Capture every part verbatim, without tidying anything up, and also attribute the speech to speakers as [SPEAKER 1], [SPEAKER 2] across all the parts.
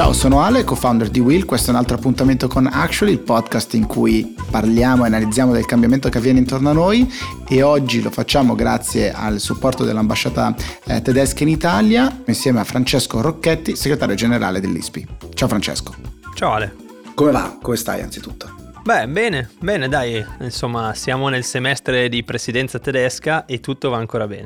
[SPEAKER 1] Ciao, sono Ale, co-founder di Will. Questo è un altro appuntamento con Actually, il podcast in cui parliamo e analizziamo del cambiamento che avviene intorno a noi, e oggi lo facciamo grazie al supporto dell'ambasciata eh, tedesca in Italia, insieme a Francesco Rocchetti, segretario generale dell'I S P I. Ciao Francesco.
[SPEAKER 2] Ciao Ale.
[SPEAKER 1] Come va? Come stai anzitutto?
[SPEAKER 2] Beh, bene, bene, dai, insomma, siamo nel semestre di presidenza tedesca e tutto va ancora bene.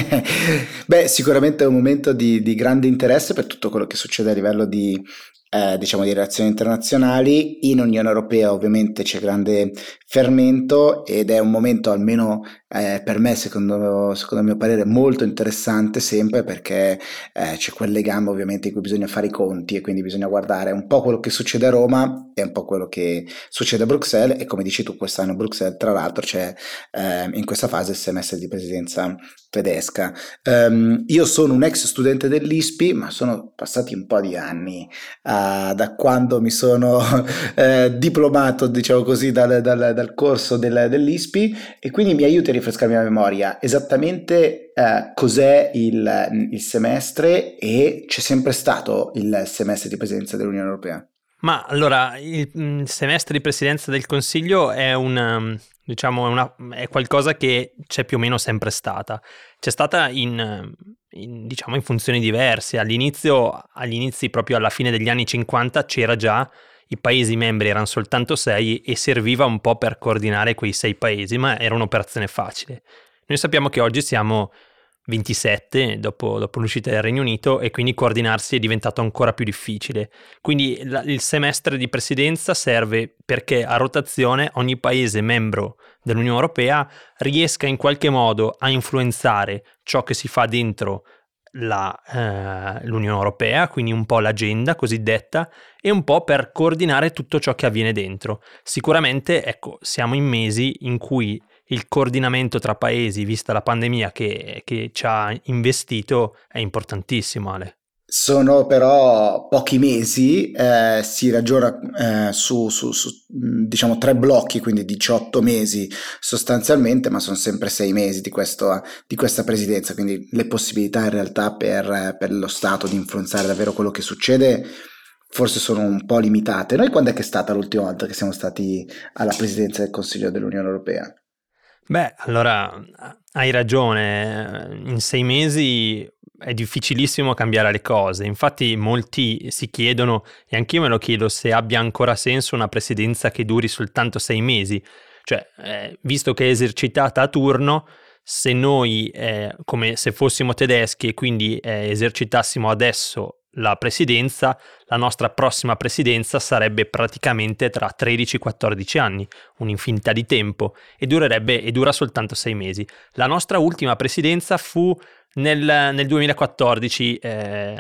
[SPEAKER 1] Beh, sicuramente è un momento di, di grande interesse per tutto quello che succede a livello di, eh, diciamo, di relazioni internazionali. In Unione Europea ovviamente c'è grande fermento ed è un momento, almeno eh, per me, secondo, secondo il mio parere, molto interessante sempre, perché eh, c'è quel legame ovviamente in cui bisogna fare i conti e quindi bisogna guardare un po' quello che succede a Roma e un po' quello che succede a Bruxelles. E come dici tu, quest'anno a Bruxelles tra l'altro c'è eh, in questa fase il semestre di presidenza tedesca. Um, io sono un ex studente dell'I S P I, ma sono passati un po' di anni uh, da quando mi sono uh, diplomato, diciamo così, dal, dal, dal corso del, dell'I S P I, e quindi mi aiuti a rinfrescarmi la memoria esattamente uh, cos'è il, il semestre, e c'è sempre stato il semestre di presidenza dell'Unione Europea?
[SPEAKER 2] Ma allora, il, il semestre di presidenza del Consiglio è una, diciamo, è, una, è qualcosa che c'è più o meno sempre stata. C'è stata in, in, diciamo, in funzioni diverse. All'inizio, agli inizi, proprio alla fine degli anni cinquanta, c'era già, i paesi membri erano soltanto sei e serviva un po' per coordinare quei sei paesi, ma era un'operazione facile. Noi sappiamo che oggi siamo ventisette dopo, dopo l'uscita del Regno Unito, e quindi coordinarsi è diventato ancora più difficile. Quindi la, il semestre di presidenza serve perché a rotazione ogni paese membro dell'Unione Europea riesca in qualche modo a influenzare ciò che si fa dentro la, eh, l'Unione Europea, quindi un po' l'agenda cosiddetta, e un po' per coordinare tutto ciò che avviene dentro. Sicuramente, ecco, siamo in mesi in cui il coordinamento tra paesi, vista la pandemia che, che ci ha investito, è importantissimo, Ale.
[SPEAKER 1] Sono però pochi mesi, eh, si ragiona eh, su, su, su diciamo tre blocchi, quindi diciotto mesi sostanzialmente, ma sono sempre sei mesi di, questo, di questa presidenza, quindi le possibilità in realtà per, per lo Stato di influenzare davvero quello che succede forse sono un po' limitate. Noi quando è che è stata l'ultima volta che siamo stati alla presidenza del Consiglio dell'Unione Europea?
[SPEAKER 2] Beh, allora hai ragione, in sei mesi è difficilissimo cambiare le cose. Infatti molti si chiedono, e anch'io me lo chiedo, se abbia ancora senso una presidenza che duri soltanto sei mesi. Cioè, eh, visto che è esercitata a turno, se noi, eh, come se fossimo tedeschi e quindi eh, esercitassimo adesso la presidenza, la nostra prossima presidenza sarebbe praticamente tra tredici quattordici anni, un'infinità di tempo, e durerebbe e dura soltanto sei mesi. La nostra ultima presidenza fu nel, nel duemilaquattordici, eh,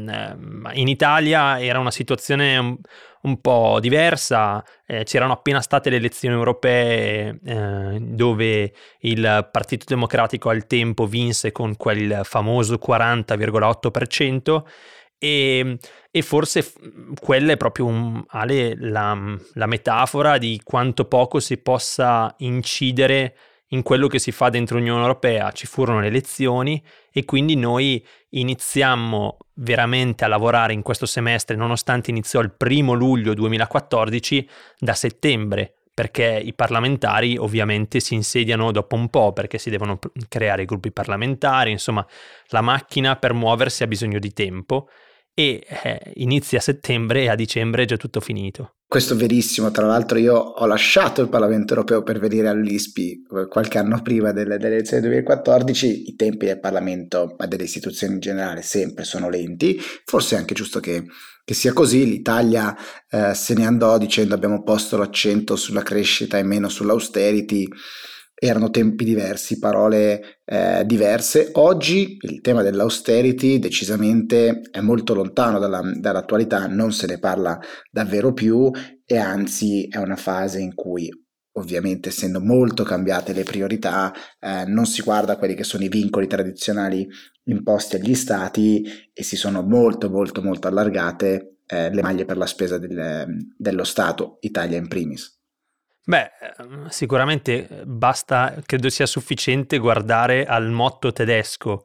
[SPEAKER 2] in Italia era una situazione un, un po' diversa, eh, c'erano appena state le elezioni europee, eh, dove il Partito Democratico al tempo vinse con quel famoso quaranta virgola otto per cento. E, e forse quella è proprio un, Ale, la, la metafora di quanto poco si possa incidere in quello che si fa dentro l'Unione Europea. Ci furono le elezioni e quindi noi iniziammo veramente a lavorare in questo semestre, nonostante iniziò il primo luglio duemilaquattordici, da settembre, perché i parlamentari ovviamente si insediano dopo un po', perché si devono creare i gruppi parlamentari, insomma la macchina per muoversi ha bisogno di tempo. E eh, inizia a settembre e a dicembre è già tutto finito.
[SPEAKER 1] Questo è verissimo, tra l'altro io ho lasciato il Parlamento Europeo per venire all'I S P I qualche anno prima delle, delle elezioni del duemilaquattordici. I tempi del Parlamento, ma delle istituzioni in generale, sempre sono lenti, forse è anche giusto che, che sia così. L'Italia eh, se ne andò dicendo abbiamo posto l'accento sulla crescita e meno sull'austerity. Erano tempi diversi, parole eh, diverse. Oggi il tema dell'austerity decisamente è molto lontano dalla, dall'attualità, non se ne parla davvero più, e anzi è una fase in cui, ovviamente essendo molto cambiate le priorità, eh, non si guarda quelli che sono i vincoli tradizionali imposti agli stati, e si sono molto molto molto allargate eh, le maglie per la spesa del, dello Stato, Italia in primis.
[SPEAKER 2] Beh, sicuramente basta, credo sia sufficiente guardare al motto tedesco,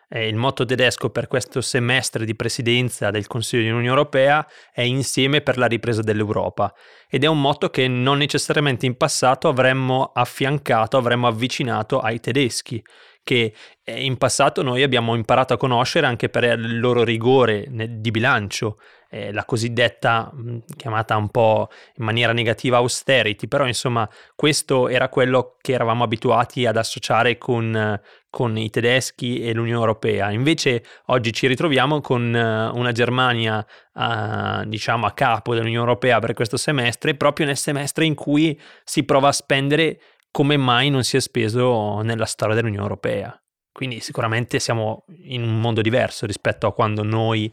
[SPEAKER 2] Eh, il motto tedesco per questo semestre di presidenza del Consiglio dell'Unione Europea è insieme per la ripresa dell'Europa, ed è un motto che non necessariamente in passato avremmo affiancato, avremmo avvicinato ai tedeschi, che eh, in passato noi abbiamo imparato a conoscere anche per il loro rigore ne- di bilancio, eh, la cosiddetta mh, chiamata un po' in maniera negativa austerity, però insomma questo era quello che eravamo abituati ad associare con, eh, con i tedeschi e l'Unione Europea. Invece oggi ci ritroviamo con eh, una Germania eh, diciamo a capo dell'Unione Europea per questo semestre, proprio nel semestre in cui si prova a spendere come mai non si è speso nella storia dell'Unione Europea. Quindi sicuramente siamo in un mondo diverso rispetto a quando noi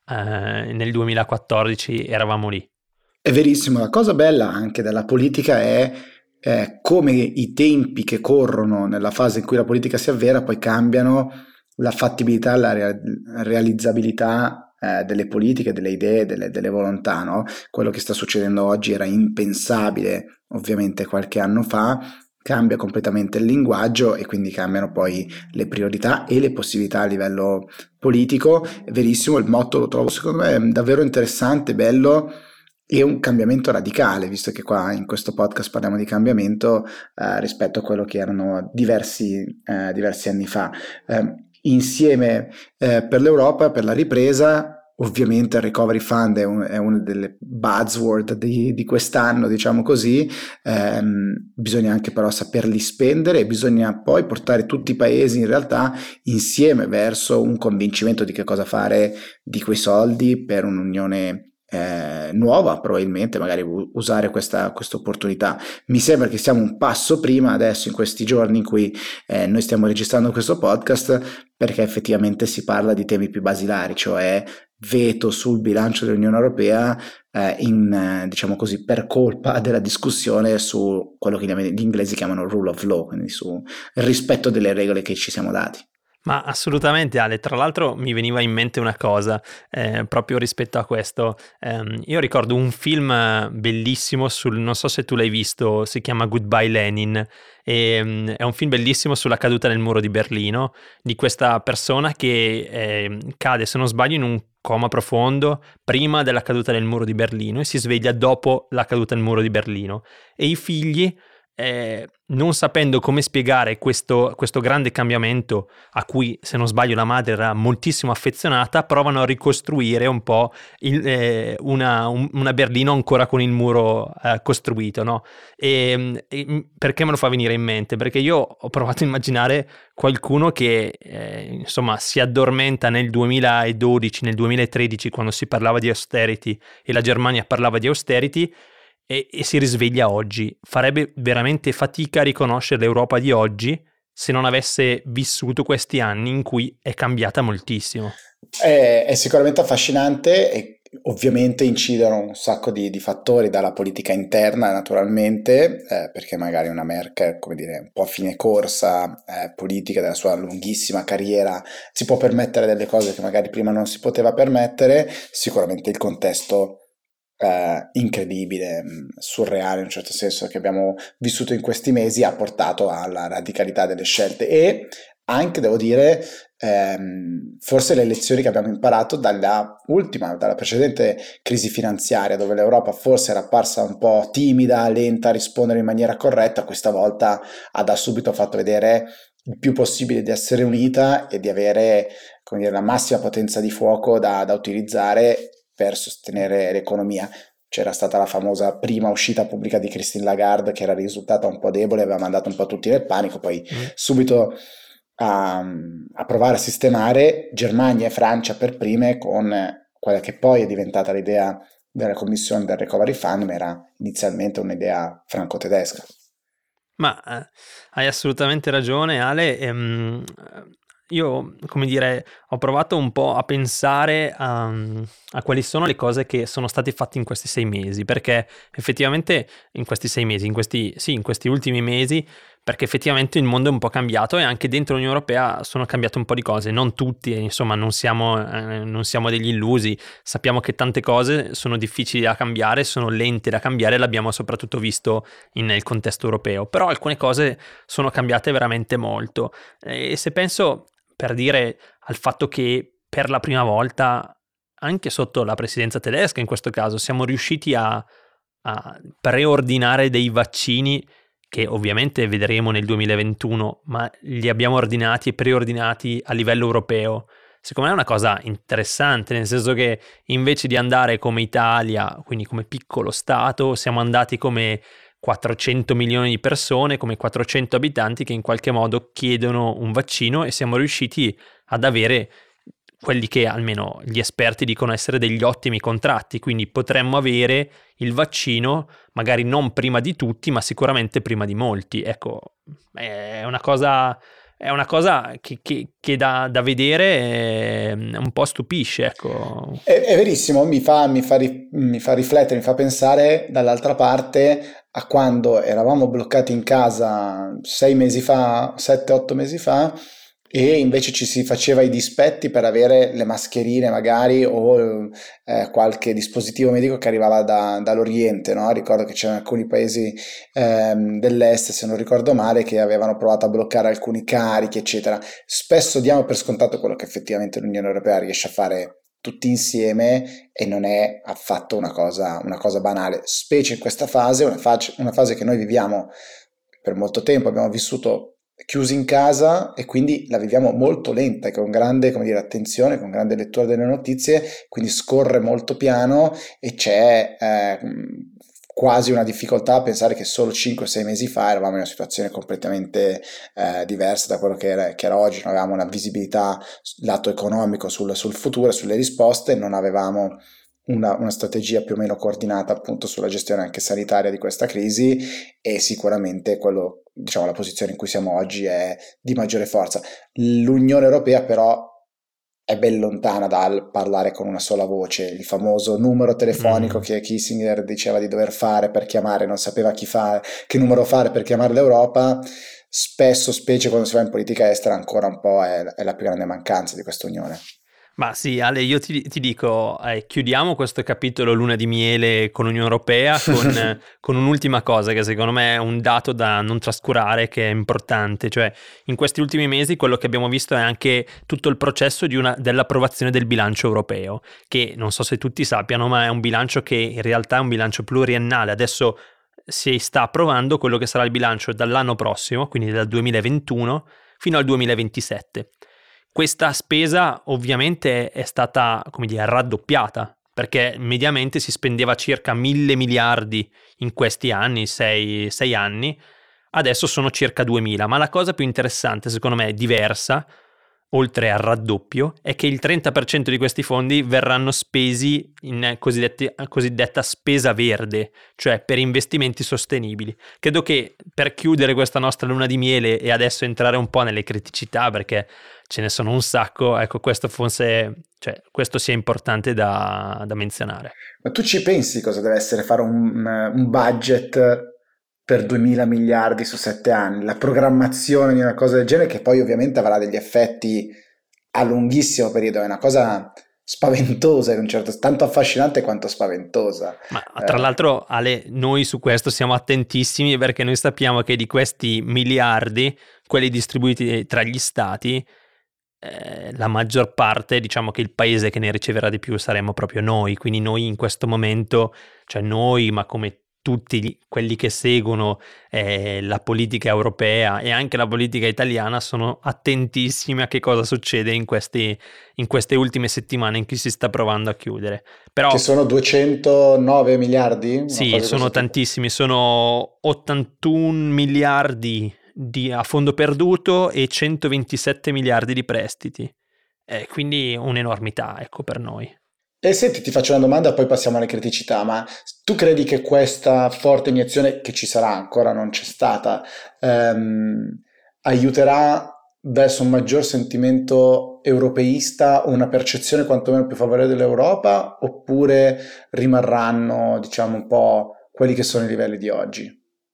[SPEAKER 2] eh, nel duemilaquattordici eravamo lì.
[SPEAKER 1] È verissimo, la cosa bella anche della politica è eh, come i tempi che corrono nella fase in cui la politica si avvera poi cambiano la fattibilità, la rea- realizzabilità eh, delle politiche, delle idee, delle, delle volontà, no? Quello che sta succedendo oggi era impensabile ovviamente qualche anno fa, cambia completamente il linguaggio e quindi cambiano poi le priorità e le possibilità a livello politico. È verissimo, il motto lo trovo secondo me davvero interessante, bello e un cambiamento radicale, visto che qua in questo podcast parliamo di cambiamento eh, rispetto a quello che erano diversi, eh, diversi anni fa. Eh, insieme eh, per l'Europa, per la ripresa. Ovviamente il Recovery Fund è, un, è una delle buzzword di, di quest'anno, diciamo così, ehm, bisogna anche però saperli spendere e bisogna poi portare tutti i paesi in realtà insieme verso un convincimento di che cosa fare di quei soldi per un'unione eh, nuova, probabilmente magari usare questa opportunità. Mi sembra che siamo un passo prima adesso in questi giorni in cui eh, noi stiamo registrando questo podcast, perché effettivamente si parla di temi più basilari, cioè veto sul bilancio dell'Unione Europea eh, in, eh, diciamo così, per colpa della discussione su quello che gli inglesi chiamano rule of law, quindi sul rispetto delle regole che ci siamo dati.
[SPEAKER 2] Ma assolutamente Ale, tra l'altro mi veniva in mente una cosa eh, proprio rispetto a questo. Eh, io ricordo un film bellissimo sul, non so se tu l'hai visto, si chiama Goodbye Lenin, e, um, è un film bellissimo sulla caduta del muro di Berlino, di questa persona che eh, cade, se non sbaglio, in un coma profondo prima della caduta del muro di Berlino e si sveglia dopo la caduta del muro di Berlino, e i figli Eh, non sapendo come spiegare questo, questo grande cambiamento a cui, se non sbaglio, la madre era moltissimo affezionata, provano a ricostruire un po' il, eh, una, un, una Berlino ancora con il muro eh, costruito, no? E, e perché me lo fa venire in mente? Perché io ho provato a immaginare qualcuno che eh, insomma si addormenta nel duemiladodici, nel duemilatredici, quando si parlava di austerity e la Germania parlava di austerity, E, e si risveglia oggi. Farebbe veramente fatica a riconoscere l'Europa di oggi se non avesse vissuto questi anni in cui è cambiata moltissimo.
[SPEAKER 1] È, è sicuramente affascinante e ovviamente incidono un sacco di, di fattori, dalla politica interna naturalmente, eh, perché magari una Merkel, come dire, un po' a fine corsa eh, politica della sua lunghissima carriera, si può permettere delle cose che magari prima non si poteva permettere. Sicuramente il contesto Uh, incredibile, surreale in un certo senso che abbiamo vissuto in questi mesi ha portato alla radicalità delle scelte e anche, devo dire, ehm, forse le lezioni che abbiamo imparato dalla ultima, dalla precedente crisi finanziaria, dove l'Europa forse era apparsa un po' timida, lenta a rispondere in maniera corretta, questa volta ha da subito fatto vedere il più possibile di essere unita e di avere, come dire, la massima potenza di fuoco da, da utilizzare per sostenere l'economia. C'era stata la famosa prima uscita pubblica di Christine Lagarde che era risultata un po' debole, aveva mandato un po' tutti nel panico, poi mm. subito a, a provare a sistemare Germania e Francia per prime con quella che poi è diventata l'idea della commissione del Recovery Fund, ma era inizialmente un'idea franco-tedesca.
[SPEAKER 2] Ma eh, hai assolutamente ragione Ale, ehm, io, come dire, ho provato un po' a pensare a, a quali sono le cose che sono state fatte in questi sei mesi, perché effettivamente in questi sei mesi, in questi, sì, in questi ultimi mesi, perché effettivamente il mondo è un po' cambiato e anche dentro l'Unione Europea sono cambiate un po' di cose, non tutti, insomma, non siamo, eh, non siamo degli illusi, sappiamo che tante cose sono difficili da cambiare, sono lente da cambiare, l'abbiamo soprattutto visto in, nel contesto europeo, però alcune cose sono cambiate veramente molto e se penso per dire al fatto che per la prima volta, anche sotto la presidenza tedesca in questo caso, siamo riusciti a, a preordinare dei vaccini che ovviamente vedremo nel duemilaventuno, ma li abbiamo ordinati e preordinati a livello europeo. Secondo me è una cosa interessante, nel senso che invece di andare come Italia, quindi come piccolo stato, siamo andati come quattrocento milioni di persone, come quattrocento abitanti che in qualche modo chiedono un vaccino, e siamo riusciti ad avere quelli che almeno gli esperti dicono essere degli ottimi contratti, quindi potremmo avere il vaccino magari non prima di tutti, ma sicuramente prima di molti. Ecco, è una cosa... È una cosa che, che, che da, da vedere un po' stupisce, ecco.
[SPEAKER 1] È, è verissimo, mi fa, mi, fa ri- mi fa riflettere, mi fa pensare dall'altra parte a quando eravamo bloccati in casa sei mesi fa, sette otto mesi fa, e invece ci si faceva i dispetti per avere le mascherine magari o eh, qualche dispositivo medico che arrivava da- dall'Oriente, no? Ricordo che c'erano alcuni paesi ehm, dell'est, se non ricordo male, che avevano provato a bloccare alcuni carichi, eccetera. Spesso diamo per scontato quello che effettivamente l'Unione Europea riesce a fare tutti insieme, e non è affatto una cosa, una cosa banale, specie in questa fase, una fase, una fase che noi viviamo per molto tempo, abbiamo vissuto chiusi in casa e quindi la viviamo molto lenta e con grande, come dire, attenzione, con grande lettura delle notizie, quindi scorre molto piano, e c'è eh, quasi una difficoltà a pensare che solo cinque sei mesi fa eravamo in una situazione completamente eh, diversa da quello che era, che era oggi. Non avevamo una visibilità lato economico sul, sul futuro, sulle risposte, non avevamo una, una strategia più o meno coordinata appunto sulla gestione anche sanitaria di questa crisi, e sicuramente quello, diciamo, la posizione in cui siamo oggi è di maggiore forza. L'Unione Europea però è ben lontana dal parlare con una sola voce. Il famoso numero telefonico
[SPEAKER 2] Mm.
[SPEAKER 1] che Kissinger diceva di dover fare per chiamare, non sapeva chi fare, che numero fare per chiamare l'Europa, spesso, specie quando si va in politica estera, ancora un po' è, è la più grande mancanza di questa unione.
[SPEAKER 2] Ma sì, Ale, io ti, ti dico, eh, chiudiamo questo capitolo luna di miele con l'Unione Europea con, eh, con un'ultima cosa che secondo me è un dato da non trascurare, che è importante. Cioè, in questi ultimi mesi quello che abbiamo visto è anche tutto il processo di una, dell'approvazione del bilancio europeo, che non so se tutti sappiano, ma è un bilancio che in realtà è un bilancio pluriennale. Adesso si sta approvando quello che sarà il bilancio dall'anno prossimo, quindi dal duemilaventuno fino al duemilaventisette. Questa spesa ovviamente è stata, come dire, raddoppiata, perché mediamente si spendeva circa mille miliardi in questi anni, sei, sei anni, adesso sono circa duemila, ma la cosa più interessante, secondo me, diversa, oltre al raddoppio, è che il trenta per cento di questi fondi verranno spesi in cosiddetta spesa verde, cioè per investimenti sostenibili. Credo che per chiudere questa nostra luna di miele e adesso entrare un po' nelle criticità, perché ce ne sono un sacco, ecco, questo forse, cioè, questo sia importante da, da menzionare.
[SPEAKER 1] Ma tu ci pensi cosa deve essere fare un, un budget per duemila miliardi su sette anni? La programmazione di una cosa del genere, che poi ovviamente avrà degli effetti a lunghissimo periodo, è una cosa spaventosa, in un certo, tanto affascinante quanto spaventosa.
[SPEAKER 2] Ma tra
[SPEAKER 1] Eh,
[SPEAKER 2] l'altro, Ale, noi su questo siamo attentissimi, perché noi sappiamo che di questi miliardi, quelli distribuiti tra gli stati, eh, la maggior parte, diciamo che il paese che ne riceverà di più saremo proprio noi. Quindi noi in questo momento, cioè noi, ma come tutti gli- quelli che seguono eh, la politica europea e anche la politica italiana, sono attentissimi a che cosa succede in questi, in queste ultime settimane in cui si sta provando a chiudere.
[SPEAKER 1] che
[SPEAKER 2] Però
[SPEAKER 1] sono duecentonove miliardi, una
[SPEAKER 2] sì,
[SPEAKER 1] cosa di
[SPEAKER 2] sono
[SPEAKER 1] questo tipo.
[SPEAKER 2] tantissimi, sono ottantuno miliardi di, a fondo perduto e centoventisette miliardi di prestiti. Eh, quindi un'enormità, ecco, per noi.
[SPEAKER 1] E senti, ti faccio una domanda, poi passiamo alle criticità, ma tu credi che questa forte iniezione, che ci sarà ancora, non c'è stata, ehm, aiuterà verso un maggior sentimento europeista o una percezione quantomeno più favorevole dell'Europa, oppure rimarranno, diciamo, un po' quelli che sono i livelli di oggi?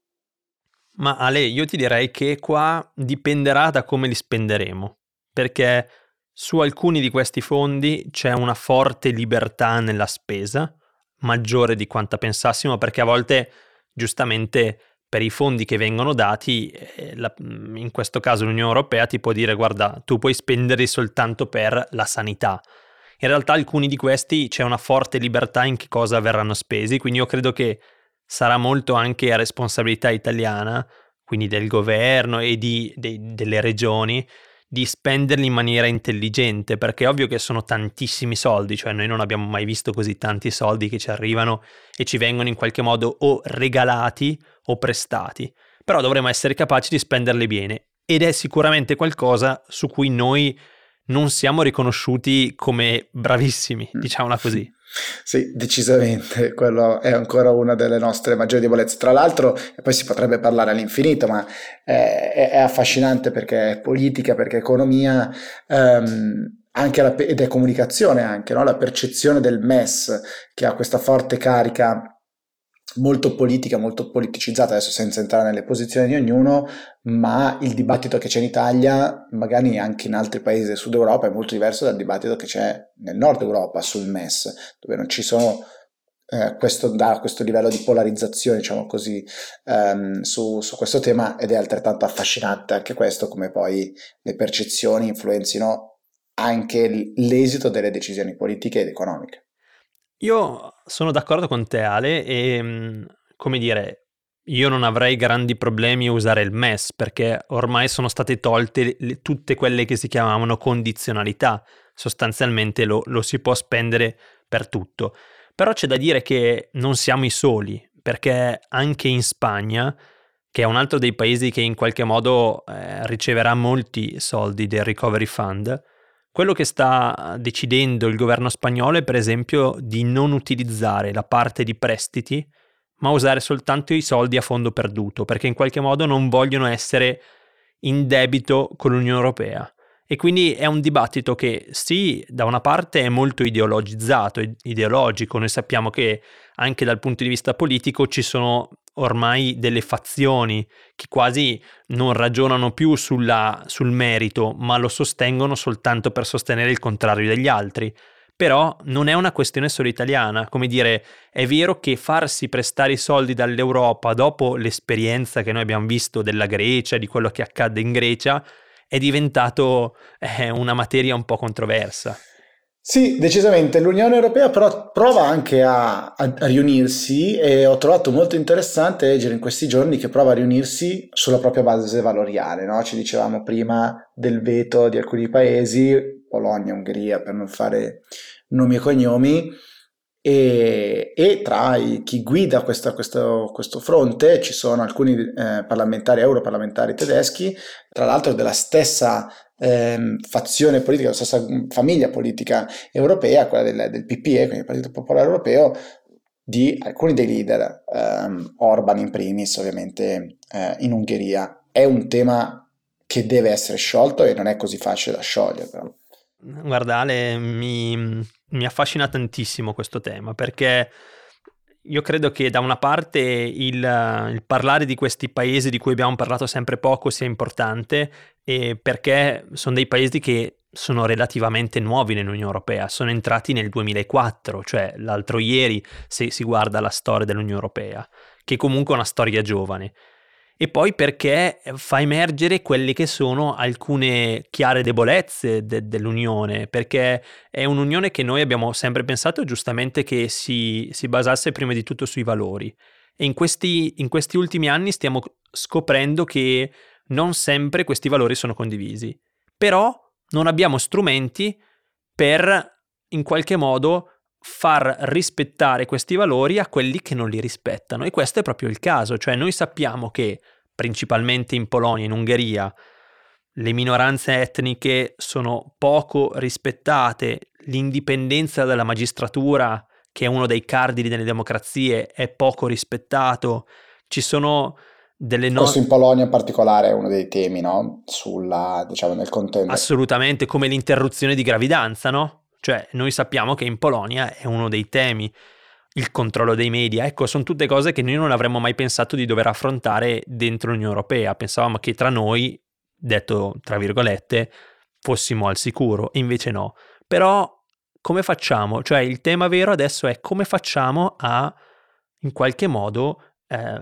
[SPEAKER 2] Ma Ale, io ti direi che qua dipenderà da come li spenderemo, perché su alcuni di questi fondi c'è una forte libertà nella spesa, maggiore di quanta pensassimo, perché a volte, giustamente, per i fondi che vengono dati, eh, la, in questo caso l'Unione Europea ti può dire guarda, tu puoi spenderli soltanto per la sanità. In realtà alcuni di questi c'è una forte libertà in che cosa verranno spesi, quindi io credo che sarà molto anche a responsabilità italiana, quindi del governo e di, de, delle regioni, di spenderli in maniera intelligente, perché è ovvio che sono tantissimi soldi, cioè noi non abbiamo mai visto così tanti soldi che ci arrivano e ci vengono in qualche modo o regalati o prestati, però dovremo essere capaci di spenderli bene ed è sicuramente qualcosa su cui noi non siamo riconosciuti come bravissimi, diciamola così.
[SPEAKER 1] Sì, decisamente, quello è ancora una delle nostre maggiori debolezze. Tra l'altro, e poi si potrebbe parlare all'infinito, ma è, è, è affascinante perché è politica, perché è economia, ehm, anche la, ed è comunicazione anche, no? La percezione del M E S che ha questa forte carica molto politica, molto politicizzata, adesso senza entrare nelle posizioni di ognuno, ma il dibattito che c'è in Italia, magari anche in altri paesi del Sud Europa, è molto diverso dal dibattito che c'è nel Nord Europa sul M E S, dove non ci sono eh, questo, da, questo livello di polarizzazione, diciamo così, ehm, su, su questo tema, ed è altrettanto affascinante anche questo, come poi le percezioni influenzino anche l'esito delle decisioni politiche ed economiche.
[SPEAKER 2] Io sono d'accordo con te, Ale, e come dire, io non avrei grandi problemi a usare il M E S perché ormai sono state tolte le, tutte quelle che si chiamavano condizionalità, sostanzialmente lo, lo si può spendere per tutto. Però c'è da dire che non siamo i soli, perché anche in Spagna, che è un altro dei paesi che in qualche modo eh, riceverà molti soldi del Recovery Fund, quello che sta decidendo il governo spagnolo è per esempio di non utilizzare la parte di prestiti, ma usare soltanto i soldi a fondo perduto, perché in qualche modo non vogliono essere in debito con l'Unione Europea. E quindi è un dibattito che sì, da una parte è molto ideologizzato, ideologico, noi sappiamo che anche dal punto di vista politico ci sono ormai delle fazioni che quasi non ragionano più sulla, sul merito, ma lo sostengono soltanto per sostenere il contrario degli altri. Però non è una questione solo italiana, come dire, è vero che farsi prestare i soldi dall'Europa dopo l'esperienza che noi abbiamo visto della Grecia, di quello che accadde in Grecia, è diventato eh, una materia un po' controversa.
[SPEAKER 1] Sì, decisamente. L'Unione Europea però prova anche a, a- a riunirsi e ho trovato molto interessante leggere in questi giorni che prova a riunirsi sulla propria base valoriale, no? Ci dicevamo prima del veto di alcuni paesi, Polonia, Ungheria, per non fare nomi e cognomi, e, e tra i- chi guida questa- questo, questo fronte ci sono alcuni eh, parlamentari, europarlamentari tedeschi, tra l'altro della stessa ehm, fazione politica, la stessa famiglia politica europea, quella del, del P P E, quindi il Partito Popolare Europeo, di alcuni dei leader, ehm, Orban in primis, ovviamente eh, in Ungheria. È un tema che deve essere sciolto e non è così facile da sciogliere, però.
[SPEAKER 2] Guarda Ale, mi, mi affascina tantissimo questo tema perché io credo che da una parte il, il parlare di questi paesi di cui abbiamo parlato sempre poco sia importante e perché sono dei paesi che sono relativamente nuovi nell'Unione Europea, sono entrati nel duemilaquattro, cioè l'altro ieri se si guarda la storia dell'Unione Europea, che comunque è una storia giovane. E poi perché fa emergere quelle che sono alcune chiare debolezze de- dell'Unione, perché è un'Unione che noi abbiamo sempre pensato giustamente che si, si basasse prima di tutto sui valori. E in questi, in questi ultimi anni stiamo scoprendo che non sempre questi valori sono condivisi. Però non abbiamo strumenti per in qualche modo far rispettare questi valori a quelli che non li rispettano e questo è proprio il caso, cioè noi sappiamo che principalmente in Polonia e in Ungheria le minoranze etniche sono poco rispettate, l'indipendenza della magistratura, che è uno dei cardini delle democrazie, è poco rispettato, ci sono delle
[SPEAKER 1] Questo
[SPEAKER 2] no-
[SPEAKER 1] in Polonia in particolare è uno dei temi, no? Sulla, diciamo, nel contendere.
[SPEAKER 2] assolutamente come l'interruzione di gravidanza, no? Cioè noi sappiamo che in Polonia è uno dei temi, il controllo dei media, ecco, sono tutte cose che noi non avremmo mai pensato di dover affrontare dentro l'Unione Europea. Pensavamo che tra noi, detto tra virgolette, fossimo al sicuro, e invece no. Però come facciamo? Cioè il tema vero adesso è come facciamo a, in qualche modo, eh,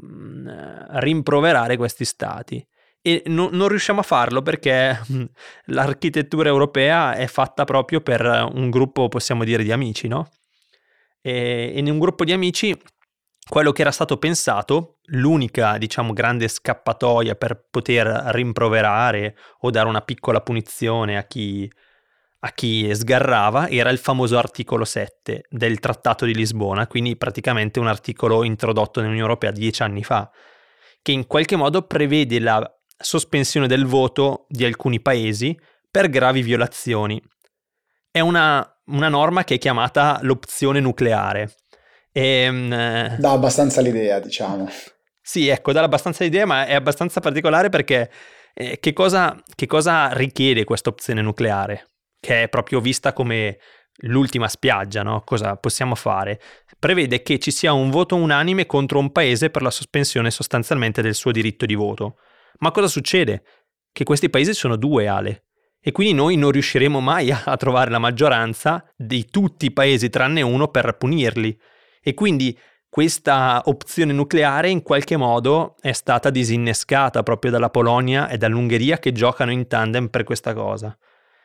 [SPEAKER 2] rimproverare questi stati. E no, non riusciamo a farlo perché l'architettura europea è fatta proprio per un gruppo, possiamo dire, di amici, no? E, e in un gruppo di amici quello che era stato pensato, l'unica, diciamo, grande scappatoia per poter rimproverare o dare una piccola punizione a chi, a chi sgarrava, era il famoso articolo sette del Trattato di Lisbona, quindi praticamente un articolo introdotto nell'Unione Europea dieci anni fa, che in qualche modo prevede la sospensione del voto di alcuni paesi per gravi violazioni. È una, una norma che è chiamata l'opzione nucleare. E,
[SPEAKER 1] dà abbastanza l'idea, diciamo.
[SPEAKER 2] Sì, ecco, dà abbastanza l'idea, ma è abbastanza particolare perché eh, che, cosa, che cosa richiede questa opzione nucleare? Che è proprio vista come l'ultima spiaggia, no? Cosa possiamo fare? Prevede che ci sia un voto unanime contro un paese per la sospensione sostanzialmente del suo diritto di voto. Ma cosa succede? Che questi paesi sono due, Ale, e quindi noi non riusciremo mai a trovare la maggioranza di tutti i paesi tranne uno per punirli. E quindi questa opzione nucleare in qualche modo è stata disinnescata proprio dalla Polonia e dall'Ungheria, che giocano in tandem per questa cosa.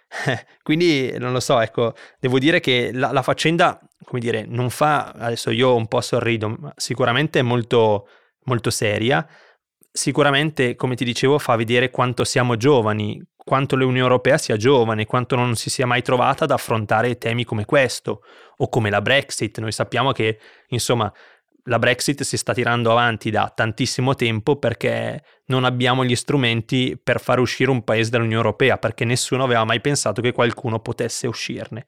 [SPEAKER 2] Quindi non lo so, ecco, devo dire che la, la faccenda, come dire, non fa, adesso io un po' sorrido, ma sicuramente è molto, molto seria. Sicuramente, come ti dicevo, fa vedere quanto siamo giovani, quanto l'Unione Europea sia giovane, quanto non si sia mai trovata ad affrontare temi come questo, o come la Brexit. Noi sappiamo che, insomma, la Brexit si sta tirando avanti da tantissimo tempo perché non abbiamo gli strumenti per far uscire un paese dall'Unione Europea, perché nessuno aveva mai pensato che qualcuno potesse uscirne.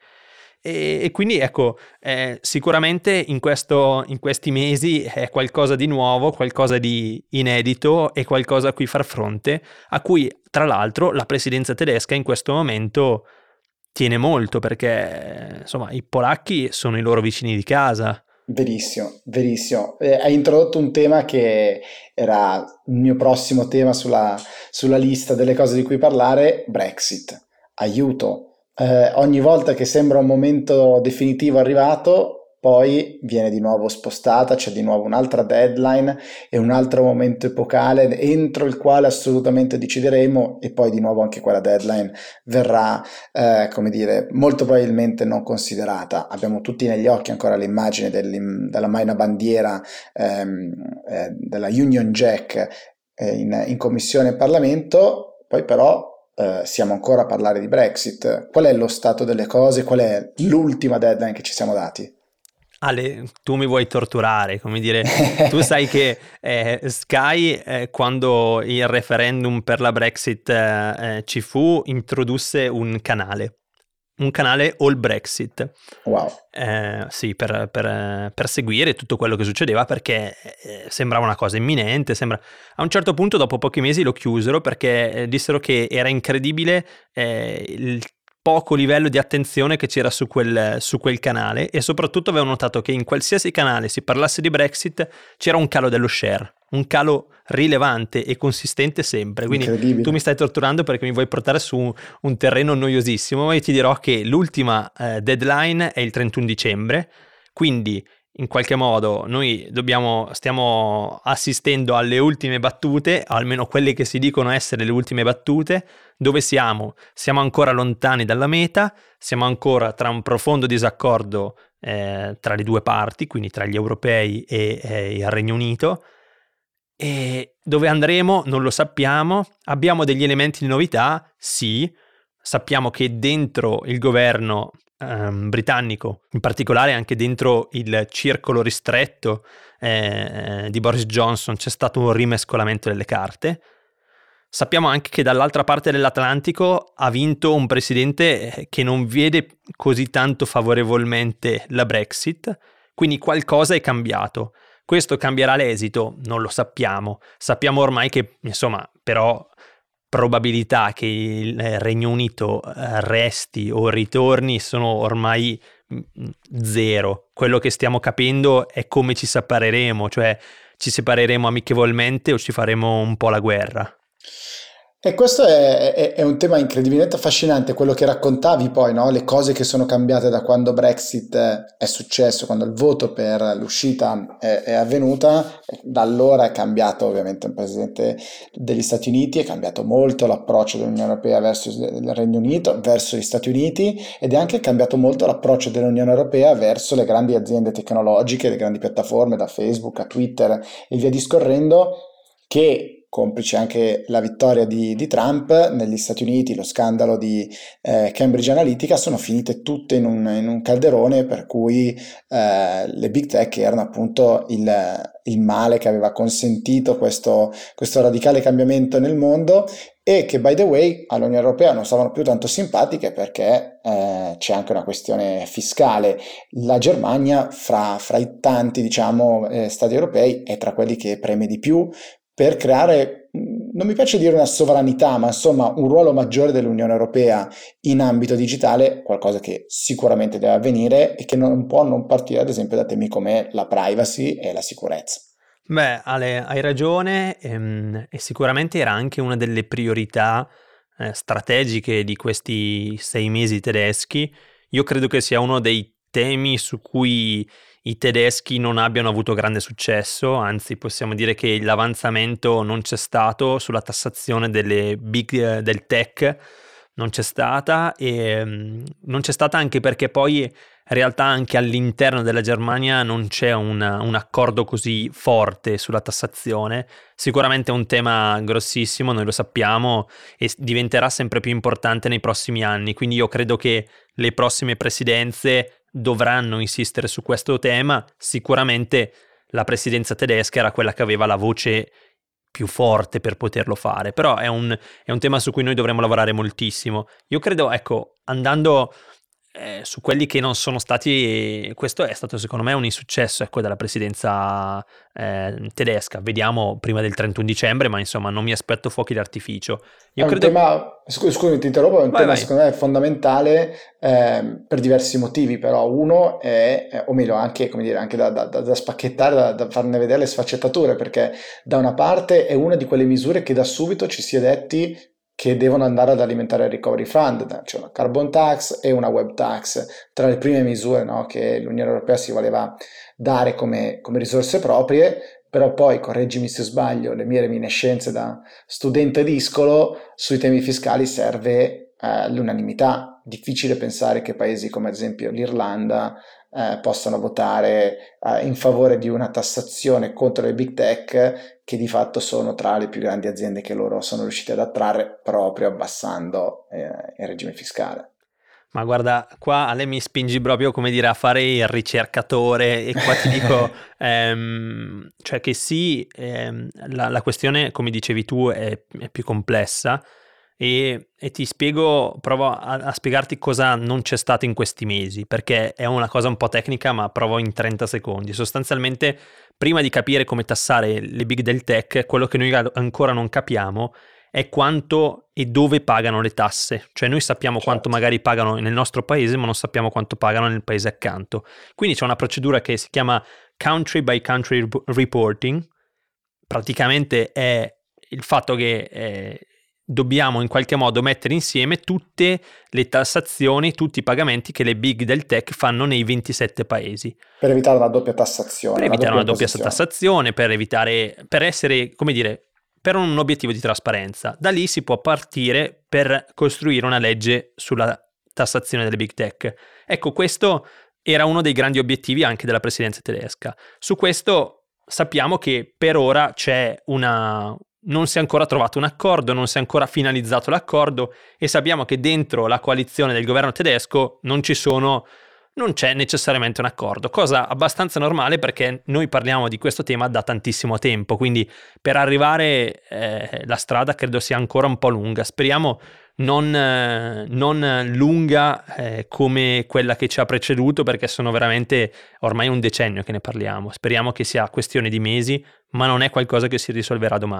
[SPEAKER 2] E, e quindi ecco, eh, sicuramente in, questo, in questi mesi è qualcosa di nuovo, qualcosa di inedito e qualcosa a cui far fronte, a cui tra l'altro la presidenza tedesca in questo momento tiene molto, perché insomma i polacchi sono i loro vicini di casa.
[SPEAKER 1] Verissimo, verissimo. Eh, hai introdotto un tema che era il mio prossimo tema sulla, sulla lista delle cose di cui parlare: Brexit. Aiuto. Eh, ogni volta che sembra un momento definitivo arrivato, poi viene di nuovo spostata, c'è di nuovo un'altra deadline e un altro momento epocale entro il quale assolutamente decideremo, e poi di nuovo anche quella deadline verrà, eh, come dire, molto probabilmente non considerata. Abbiamo tutti negli occhi ancora l'immagine della Maina Bandiera, ehm, eh, della Union Jack eh, in, in commissione in Parlamento, poi però Uh, siamo ancora a parlare di Brexit. Qual è lo stato delle cose? Qual è l'ultima deadline che ci siamo dati?
[SPEAKER 2] Ale, tu mi vuoi torturare, come dire, tu sai che eh, Sky, eh, quando il referendum per la Brexit eh, eh, ci fu, introdusse un canale, un canale All Brexit.
[SPEAKER 1] Wow.
[SPEAKER 2] Eh, sì, per, per, per seguire tutto quello che succedeva, perché eh, sembrava una cosa imminente. Sembra... A un certo punto, dopo pochi mesi, lo chiusero perché eh, dissero che era incredibile eh, il poco livello di attenzione che c'era su quel, su quel canale, e soprattutto avevo notato che in qualsiasi canale si parlasse di Brexit c'era un calo dello share, un calo rilevante e consistente sempre. Quindi tu mi stai torturando perché mi vuoi portare su un terreno noiosissimo, ma io ti dirò che l'ultima eh, deadline è il trentuno dicembre, quindi in qualche modo noi dobbiamo, stiamo assistendo alle ultime battute, almeno quelle che si dicono essere le ultime battute. Dove siamo? Siamo ancora lontani dalla meta, siamo ancora tra un profondo disaccordo eh, tra le due parti, quindi tra gli europei e eh, il Regno Unito, e dove andremo non lo sappiamo. Abbiamo degli elementi di novità, sì, sappiamo che dentro il governo ehm, britannico, in particolare anche dentro il circolo ristretto eh, di Boris Johnson, c'è stato un rimescolamento delle carte. Sappiamo anche che dall'altra parte dell'Atlantico ha vinto un presidente che non vede così tanto favorevolmente la Brexit, quindi qualcosa è cambiato. Questo cambierà l'esito? Non lo sappiamo. Sappiamo ormai che, insomma, però probabilità che il Regno Unito resti o ritorni sono ormai zero. Quello che stiamo capendo è come ci separeremo, cioè ci separeremo amichevolmente o ci faremo un po' la guerra.
[SPEAKER 1] E questo è, è- è un tema incredibilmente affascinante, quello che raccontavi poi, no? Le cose che sono cambiate da quando Brexit eh, è successo, quando il voto per l'uscita è, è avvenuta, da allora è cambiato ovviamente il presidente degli Stati Uniti, è cambiato molto l'approccio dell'Unione Europea verso il Regno Unito, verso gli Stati Uniti ed è anche cambiato molto l'approccio dell'Unione Europea verso le grandi aziende tecnologiche, le grandi piattaforme, da Facebook a Twitter e via discorrendo, che complice anche la vittoria di, di Trump negli Stati Uniti, lo scandalo di eh, Cambridge Analytica, sono finite tutte in un, in un calderone per cui eh, le big tech erano appunto il, il male che aveva consentito questo, questo radicale cambiamento nel mondo e che, by the way, all'Unione Europea non stavano più tanto simpatiche perché eh, c'è anche una questione fiscale. La Germania, fra, fra i tanti, diciamo, eh, stati europei, è tra quelli che preme di più per creare, non mi piace dire una sovranità, ma insomma un ruolo maggiore dell'Unione Europea in ambito digitale, qualcosa che sicuramente deve avvenire e che non può non partire ad esempio da temi come la privacy e la sicurezza.
[SPEAKER 2] Beh, Ale, hai ragione, ehm, e sicuramente era anche una delle priorità eh, strategiche di questi sei mesi tedeschi. Io credo che sia uno dei temi su cui i tedeschi non abbiano avuto grande successo, anzi possiamo dire che l'avanzamento non c'è stato sulla tassazione delle big, eh, del tech, non c'è stata e mm, non c'è stata anche perché poi in realtà anche all'interno della Germania non c'è un, un accordo così forte sulla tassazione. Sicuramente è un tema grossissimo, noi lo sappiamo, e s- diventerà sempre più importante nei prossimi anni. Quindi io credo che le prossime presidenze dovranno insistere su questo tema. Sicuramente la presidenza tedesca era quella che aveva la voce più forte per poterlo fare, però è un, è un tema su cui noi dovremo lavorare moltissimo. Io credo, ecco, andando eh, su quelli che non sono stati, questo è stato secondo me un insuccesso, ecco, della presidenza eh, tedesca. Vediamo prima del trentuno dicembre, ma insomma non mi aspetto fuochi d'artificio.
[SPEAKER 1] È
[SPEAKER 2] Io
[SPEAKER 1] un
[SPEAKER 2] credo.
[SPEAKER 1] tema, scu- scusami, ti interrompo, è un
[SPEAKER 2] Vai,
[SPEAKER 1] tema
[SPEAKER 2] vai.
[SPEAKER 1] secondo me fondamentale ehm, per diversi motivi, però uno è, eh, o meglio, anche, come dire, anche da, da- da- da spacchettare, da, da farne vedere le sfaccettature, perché da una parte è una di quelle misure che da subito ci si è detti che devono andare ad alimentare il recovery fund, c'è una carbon tax e una web tax, tra le prime misure, no, che l'Unione Europea si voleva dare come, come risorse proprie, però poi, correggimi se sbaglio, le mie reminiscenze da studente discolo, sui temi fiscali serve eh, l'unanimità. Difficile pensare che paesi come ad esempio l'Irlanda eh, possano votare eh, in favore di una tassazione contro le big tech che di fatto sono tra le più grandi aziende che loro sono riusciti ad attrarre proprio abbassando eh, il regime fiscale.
[SPEAKER 2] Ma guarda, qua a lei mi spingi proprio, come dire, a fare il ricercatore e qua ti dico, ehm, cioè che sì, ehm, la, la questione, come dicevi tu, è, è più complessa e, e ti spiego, provo a, a spiegarti cosa non c'è stato in questi mesi, perché è una cosa un po' tecnica, ma provo in trenta secondi. Sostanzialmente, prima di capire come tassare le big del tech, quello che noi ancora non capiamo è quanto e dove pagano le tasse. Cioè noi sappiamo quanto
[SPEAKER 1] Certo.
[SPEAKER 2] magari pagano nel nostro paese, ma non sappiamo quanto pagano nel paese accanto. Quindi c'è una procedura che si chiama country by country reporting. Praticamente è il fatto che eh, dobbiamo in qualche modo mettere insieme tutte le tassazioni, tutti i pagamenti che le big del tech fanno nei ventisette paesi
[SPEAKER 1] Per evitare una doppia
[SPEAKER 2] per
[SPEAKER 1] tassazione, una
[SPEAKER 2] evitare
[SPEAKER 1] doppia
[SPEAKER 2] una doppia
[SPEAKER 1] imposizione.
[SPEAKER 2] tassazione, per evitare, per essere, come dire, per un obiettivo di trasparenza. Da lì si può partire per costruire una legge sulla tassazione delle big tech. Ecco, questo era uno dei grandi obiettivi anche della presidenza tedesca. Su questo sappiamo che per ora c'è una. Non si è ancora trovato un accordo, non si è ancora finalizzato l'accordo e sappiamo che dentro la coalizione del governo tedesco non ci sono non c'è necessariamente un accordo, cosa abbastanza normale perché noi parliamo di questo tema da tantissimo tempo, quindi per arrivare eh, la strada credo sia ancora un po' lunga. Speriamo non, eh, non lunga eh, come quella che ci ha preceduto, perché sono veramente ormai un decennio che ne parliamo. Speriamo che sia questione di mesi, ma non è qualcosa che si risolverà domani.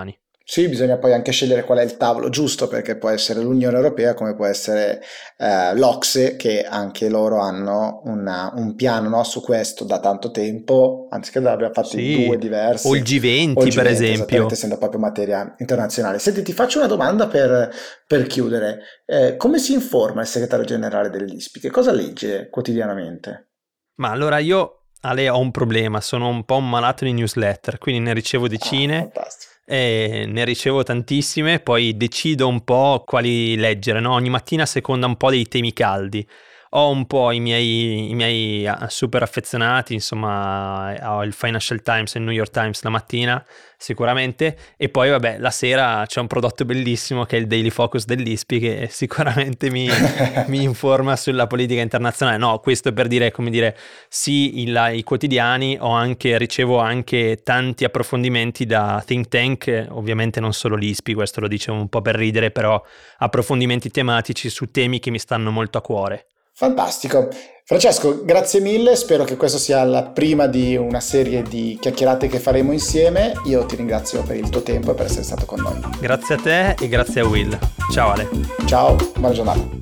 [SPEAKER 1] Sì, bisogna poi anche scegliere qual è il tavolo giusto, perché può essere l'Unione Europea come può essere eh, l'Ocse, che anche loro hanno una- un piano, no, su questo da tanto tempo, anzi credo abbia fatti due
[SPEAKER 2] Sì, o il
[SPEAKER 1] diversi, o il
[SPEAKER 2] G venti per
[SPEAKER 1] G venti, esattamente,
[SPEAKER 2] esempio.
[SPEAKER 1] essendo proprio materia internazionale. Senti, ti faccio una domanda per, per chiudere. Eh, come si informa il segretario generale dell'I S P I? Che cosa legge quotidianamente?
[SPEAKER 2] Ma allora io, Ale, ho un problema, sono un po' un malato di newsletter, quindi ne ricevo
[SPEAKER 1] Ah,
[SPEAKER 2] decine,
[SPEAKER 1] fantastico.
[SPEAKER 2] e ne ricevo tantissime, poi decido un po' quali leggere, no? Ogni mattina a seconda un po' dei temi caldi. Ho un po' i miei, i miei ah, super affezionati, insomma, ho il Financial Times e il New York Times la mattina, sicuramente, e poi vabbè, la sera c'è un prodotto bellissimo che è il Daily Focus dell'I S P I, che sicuramente mi, mi informa sulla politica internazionale. No, questo per dire, come dire, sì, il- i quotidiani, ho anche, ricevo anche tanti approfondimenti da think tank, ovviamente non solo l'I S P I, questo lo dicevo un po' per ridere, però approfondimenti tematici su temi che mi stanno molto a cuore.
[SPEAKER 1] Fantastico. Francesco, grazie mille, spero che questa sia la prima di una serie di chiacchierate che faremo insieme. Io ti ringrazio per il tuo tempo e per essere stato con noi.
[SPEAKER 2] Grazie a te e grazie a Will. Ciao Ale.
[SPEAKER 1] Ciao, buona giornata.